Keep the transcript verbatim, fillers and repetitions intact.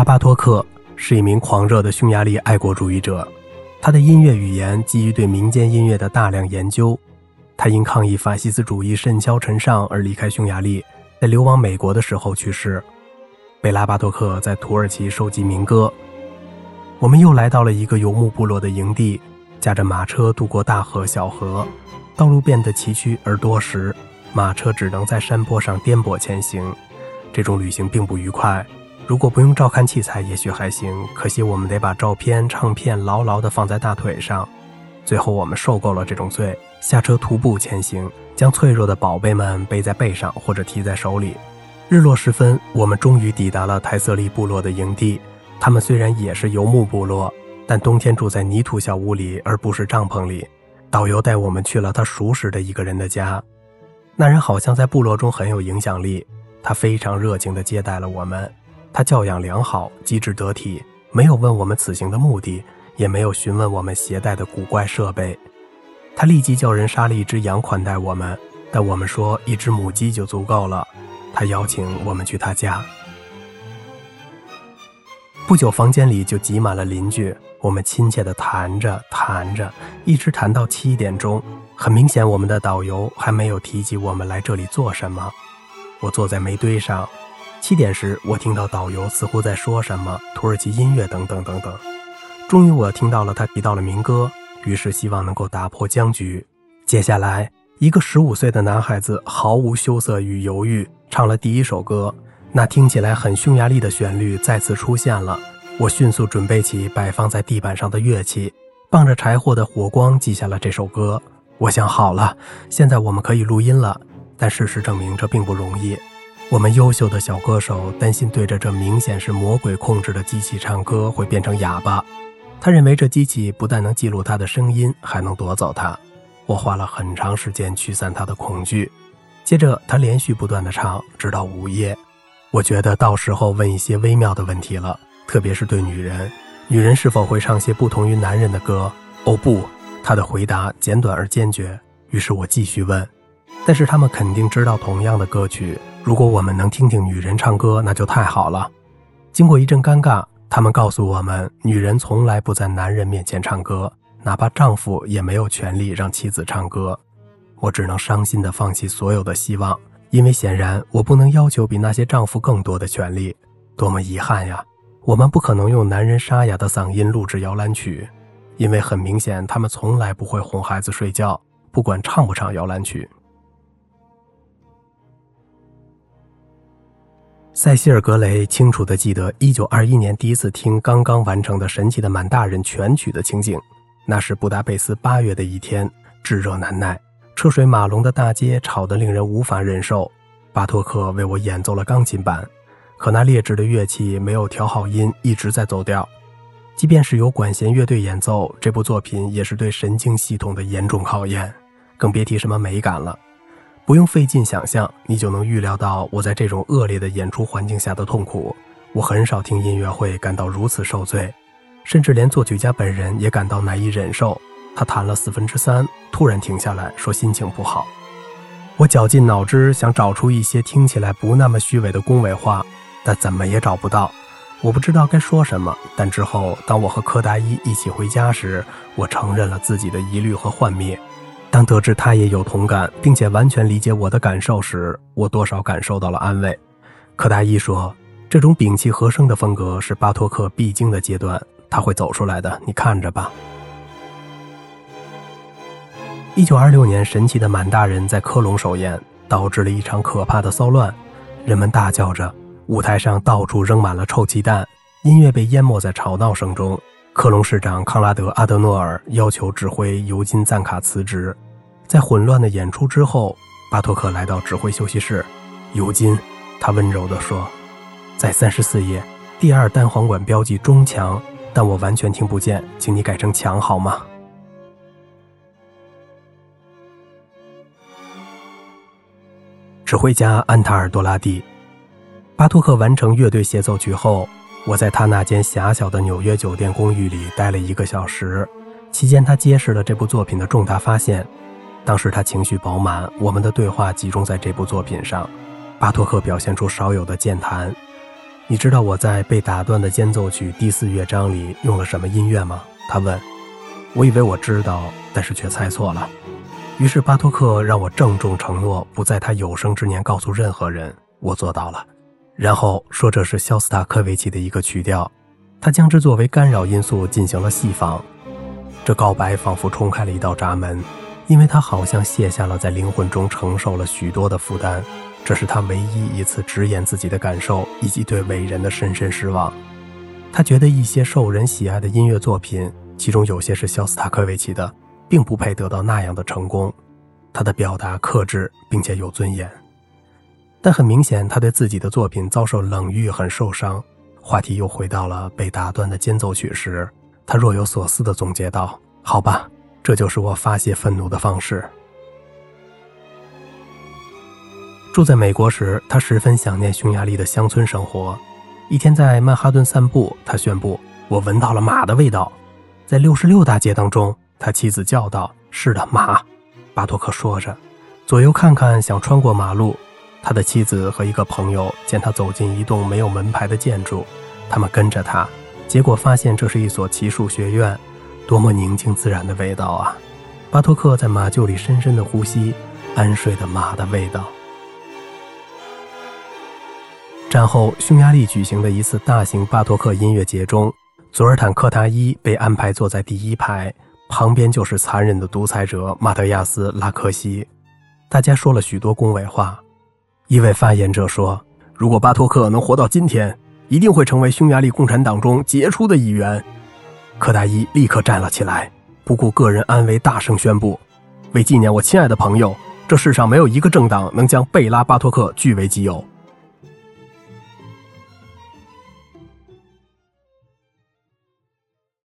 拉巴托克是一名狂热的匈牙利爱国主义者，他的音乐语言基于对民间音乐的大量研究。他因抗议法西斯主义甚嚣尘上而离开匈牙利，在流亡美国的时候去世。贝拉巴托克在土耳其收集民歌。我们又来到了一个游牧部落的营地，驾着马车渡过大河小河，道路变得崎岖而多石，马车只能在山坡上颠簸前行。这种旅行并不愉快，如果不用照看器材也许还行，可惜我们得把照片唱片牢牢地放在大腿上。最后我们受够了这种罪，下车徒步前行，将脆弱的宝贝们背在背上或者提在手里。日落时分，我们终于抵达了泰瑟利部落的营地。他们虽然也是游牧部落，但冬天住在泥土小屋里而不是帐篷里。导游带我们去了他熟识的一个人的家，那人好像在部落中很有影响力，他非常热情地接待了我们。他教养良好，机智得体，没有问我们此行的目的，也没有询问我们携带的古怪设备。他立即叫人杀了一只羊款待我们，但我们说一只母鸡就足够了。他邀请我们去他家。不久房间里就挤满了邻居，我们亲切地谈着谈着，一直谈到七点钟。很明显我们的导游还没有提及我们来这里做什么。我坐在煤堆上，七点时我听到导游似乎在说什么土耳其音乐等等等等。终于我听到了他提到了民歌，于是希望能够打破僵局。接下来一个十五岁的男孩子毫无羞涩与犹豫唱了第一首歌，那听起来很匈牙利的旋律再次出现了。我迅速准备起摆放在地板上的乐器，傍着柴火的火光记下了这首歌。我想好了，现在我们可以录音了，但事实证明这并不容易。我们优秀的小歌手担心对着这明显是魔鬼控制的机器唱歌会变成哑巴，他认为这机器不但能记录他的声音，还能夺走他。我花了很长时间驱散他的恐惧，接着他连续不断地唱，直到午夜。我觉得到时候问一些微妙的问题了，特别是对女人，女人是否会唱些不同于男人的歌？哦不，他的回答简短而坚决。于是我继续问，但是他们肯定知道同样的歌曲，如果我们能听听女人唱歌，那就太好了。经过一阵尴尬，他们告诉我们，女人从来不在男人面前唱歌，哪怕丈夫也没有权利让妻子唱歌。我只能伤心地放弃所有的希望，因为显然我不能要求比那些丈夫更多的权利。多么遗憾呀！我们不可能用男人沙哑的嗓音录制摇篮曲，因为很明显他们从来不会哄孩子睡觉，不管唱不唱摇篮曲。塞西尔格雷清楚地记得一九二一年第一次听刚刚完成的神奇的满大人全曲的情景。那是布达佩斯八月的一天，炙热难耐，车水马龙的大街吵得令人无法忍受。巴托克为我演奏了钢琴版，可那劣质的乐器没有调好音，一直在走调。即便是由管弦乐队演奏，这部作品也是对神经系统的严重考验，更别提什么美感了。不用费劲想象，你就能预料到我在这种恶劣的演出环境下的痛苦。我很少听音乐会感到如此受罪，甚至连作曲家本人也感到难以忍受。他弹了四分之三，突然停下来说心情不好。我绞尽脑汁想找出一些听起来不那么虚伪的恭维话，但怎么也找不到。我不知道该说什么，但之后当我和柯达伊一起回家时，我承认了自己的疑虑和幻灭。当得知他也有同感，并且完全理解我的感受时，我多少感受到了安慰。柯达伊说，这种摒弃和声的风格是巴托克必经的阶段，他会走出来的，你看着吧。一九二六年神奇的满大人在科隆首演，导致了一场可怕的骚乱，人们大叫着，舞台上到处扔满了臭鸡蛋，音乐被淹没在吵闹声中。科隆市长康拉德·阿德诺尔要求指挥尤金·赞卡辞职。在混乱的演出之后，巴托克来到指挥休息室。尤金，他温柔地说，在三十四页第二单簧管标记中强，但我完全听不见，请你改成强好吗？指挥家安塔尔多拉蒂。巴托克完成乐队协奏曲后，我在他那间狭小的纽约酒店公寓里待了一个小时，期间他揭示了这部作品的重大发现。当时他情绪饱满，我们的对话集中在这部作品上。巴托克表现出少有的健谈。 你知道我在被打断的间奏曲第四乐章里用了什么音乐吗？他问。我以为我知道，但是却猜错了。于是巴托克让我郑重承诺不在他有生之年告诉任何人，我做到了。然后说这是肖斯塔科维奇的一个曲调，他将之作为干扰因素进行了细放。这告白仿佛冲开了一道闸门，因为他好像卸下了在灵魂中承受了许多的负担，这是他唯一一次直言自己的感受以及对伟人的深深失望。他觉得一些受人喜爱的音乐作品，其中有些是肖斯塔科维奇的，并不配得到那样的成功。他的表达克制并且有尊严，但很明显他对自己的作品遭受冷遇，很受伤。话题又回到了被打断的间奏曲时，他若有所思地总结道：好吧，这就是我发泄愤怒的方式。住在美国时，他十分想念匈牙利的乡村生活。一天在曼哈顿散步，他宣布：我闻到了马的味道。在六十六大街当中，他妻子叫道：是的，马。巴托克说着，左右看看，想穿过马路。他的妻子和一个朋友见他走进一栋没有门牌的建筑，他们跟着他，结果发现这是一所骑术学院。多么宁静自然的味道啊！巴托克在马厩里深深的呼吸安睡的马的味道。战后，匈牙利举行的一次大型巴托克音乐节中，佐尔坦·科塔伊被安排坐在第一排，旁边就是残忍的独裁者马特亚斯·拉科西。大家说了许多恭维话。一位发言者说：如果巴托克能活到今天，一定会成为匈牙利共产党中杰出的一员。科塔伊立刻站了起来，不顾个人安危，大声宣布：为纪念我亲爱的朋友，这世上没有一个政党能将贝拉·巴托克据为己有。